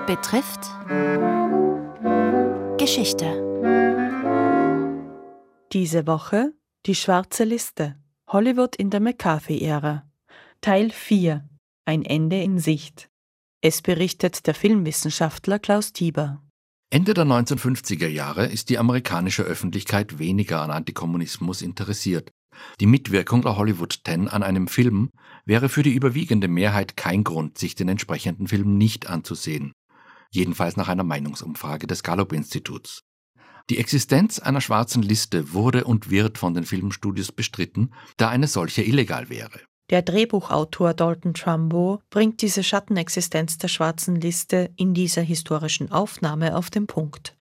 betrifft Geschichte. Diese Woche die schwarze Liste. Hollywood in der McCarthy-Ära. Teil 4. Ein Ende in Sicht. Es berichtet der Filmwissenschaftler Klaus Tieber. Ende der 1950er Jahre ist die amerikanische Öffentlichkeit weniger an Antikommunismus interessiert. Die Mitwirkung der Hollywood 10 an einem Film wäre für die überwiegende Mehrheit kein Grund, sich den entsprechenden Film nicht anzusehen. Jedenfalls nach einer Meinungsumfrage des Gallup-Instituts. Die Existenz einer schwarzen Liste wurde und wird von den Filmstudios bestritten, da eine solche illegal wäre. Der Drehbuchautor Dalton Trumbo bringt diese Schattenexistenz der schwarzen Liste in dieser historischen Aufnahme auf den Punkt.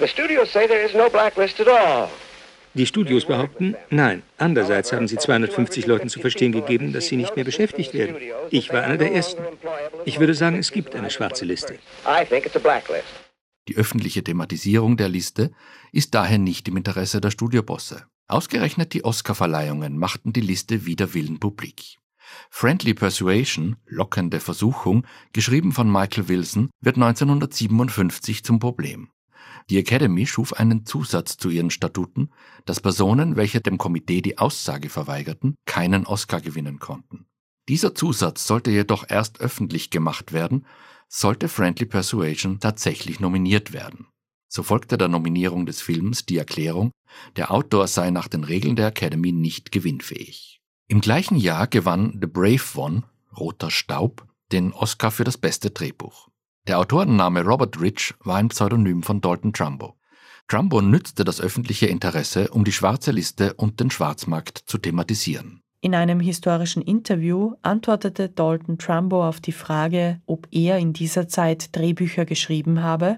Die Studios behaupten, nein. Andererseits haben sie 250 Leuten zu verstehen gegeben, dass sie nicht mehr beschäftigt werden. Ich war einer der Ersten. Ich würde sagen, es gibt eine schwarze Liste. Die öffentliche Thematisierung der Liste ist daher nicht im Interesse der Studiobosse. Ausgerechnet die Oscarverleihungen machten die Liste wider Willen publik. Friendly Persuasion, lockende Versuchung, geschrieben von Michael Wilson, wird 1957 zum Problem. Die Academy schuf einen Zusatz zu ihren Statuten, dass Personen, welche dem Komitee die Aussage verweigerten, keinen Oscar gewinnen konnten. Dieser Zusatz sollte jedoch erst öffentlich gemacht werden, sollte Friendly Persuasion tatsächlich nominiert werden. So folgte der Nominierung des Films die Erklärung, der Autor sei nach den Regeln der Academy nicht gewinnfähig. Im gleichen Jahr gewann The Brave One, Roter Staub, den Oscar für das beste Drehbuch. Der Autorenname Robert Rich war ein Pseudonym von Dalton Trumbo. Trumbo nützte das öffentliche Interesse, um die schwarze Liste und den Schwarzmarkt zu thematisieren. In einem historischen Interview antwortete Dalton Trumbo auf die Frage, ob er in dieser Zeit Drehbücher geschrieben habe.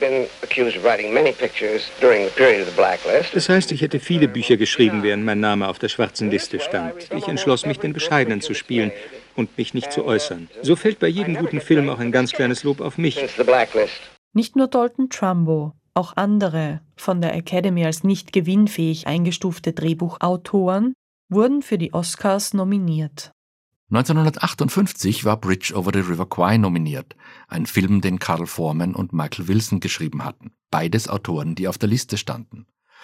Das heißt, ich hätte viele Bücher geschrieben, während mein Name auf der schwarzen Liste stand. Ich entschloss mich, den Bescheidenen zu spielen und mich nicht zu äußern. So fällt bei jedem guten Film auch ein ganz kleines Lob auf mich. Nicht nur Dalton Trumbo, auch andere von der Academy als nicht gewinnfähig eingestufte Drehbuchautoren wurden für die Oscars nominiert. 1958 war Bridge over the River Kwai nominiert, ein Film, den Carl Foreman und Michael Wilson geschrieben hatten, beides Autoren, die auf der Liste standen.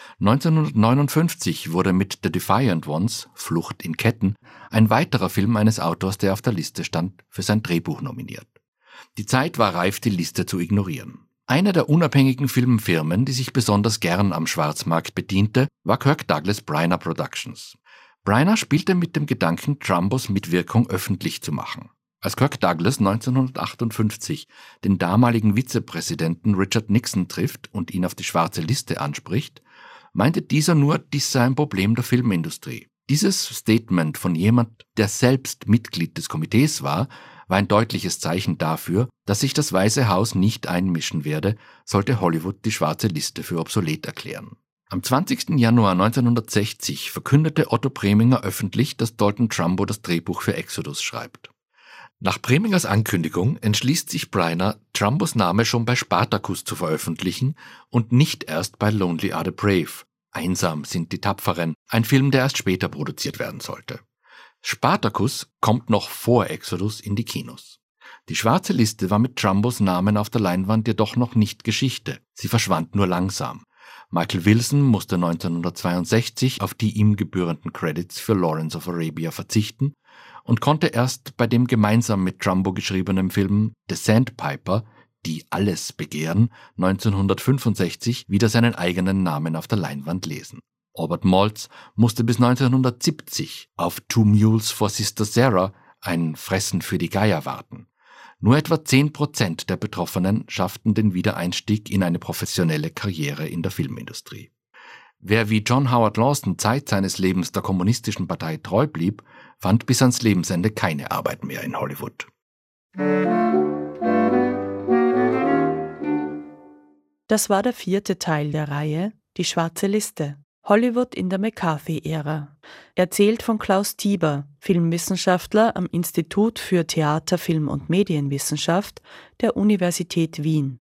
1959 wurde mit The Defiant Ones, Flucht in Ketten, ein weiterer Film eines Autors, der auf der Liste stand, für sein Drehbuch nominiert. Die Zeit war reif, die Liste zu ignorieren. Eine der unabhängigen Filmfirmen, die sich besonders gern am Schwarzmarkt bediente, war Kirk Douglas Bryna Productions. Bryna spielte mit dem Gedanken, Trumbos Mitwirkung öffentlich zu machen. Als Kirk Douglas 1958 den damaligen Vizepräsidenten Richard Nixon trifft und ihn auf die schwarze Liste anspricht, meinte dieser nur, dies sei ein Problem der Filmindustrie. Dieses Statement von jemand, der selbst Mitglied des Komitees war ein deutliches Zeichen dafür, dass sich das Weiße Haus nicht einmischen werde, sollte Hollywood die schwarze Liste für obsolet erklären. Am 20. Januar 1960 verkündete Otto Preminger öffentlich, dass Dalton Trumbo das Drehbuch für Exodus schreibt. Nach Premingers Ankündigung entschließt sich Bryna, Trumbos Name schon bei Spartacus zu veröffentlichen und nicht erst bei Lonely Are the Brave. Einsam sind die Tapferen, ein Film, der erst später produziert werden sollte. Spartacus kommt noch vor Exodus in die Kinos. Die schwarze Liste war mit Trumbos Namen auf der Leinwand jedoch noch nicht Geschichte. Sie verschwand nur langsam. Michael Wilson musste 1962 auf die ihm gebührenden Credits für Lawrence of Arabia verzichten und konnte erst bei dem gemeinsam mit Trumbo geschriebenen Film The Sandpiper, die alles begehren, 1965 wieder seinen eigenen Namen auf der Leinwand lesen. Albert Maltz musste bis 1970 auf Two Mules for Sister Sarah, ein Fressen für die Geier, warten. Nur etwa 10% der Betroffenen schafften den Wiedereinstieg in eine professionelle Karriere in der Filmindustrie. Wer wie John Howard Lawson Zeit seines Lebens der Kommunistischen Partei treu blieb, fand bis ans Lebensende keine Arbeit mehr in Hollywood. Das war der 4. Teil der Reihe Die schwarze Liste. Hollywood in der McCarthy-Ära. Erzählt von Klaus Tieber, Filmwissenschaftler am Institut für Theater, Film und Medienwissenschaft der Universität Wien.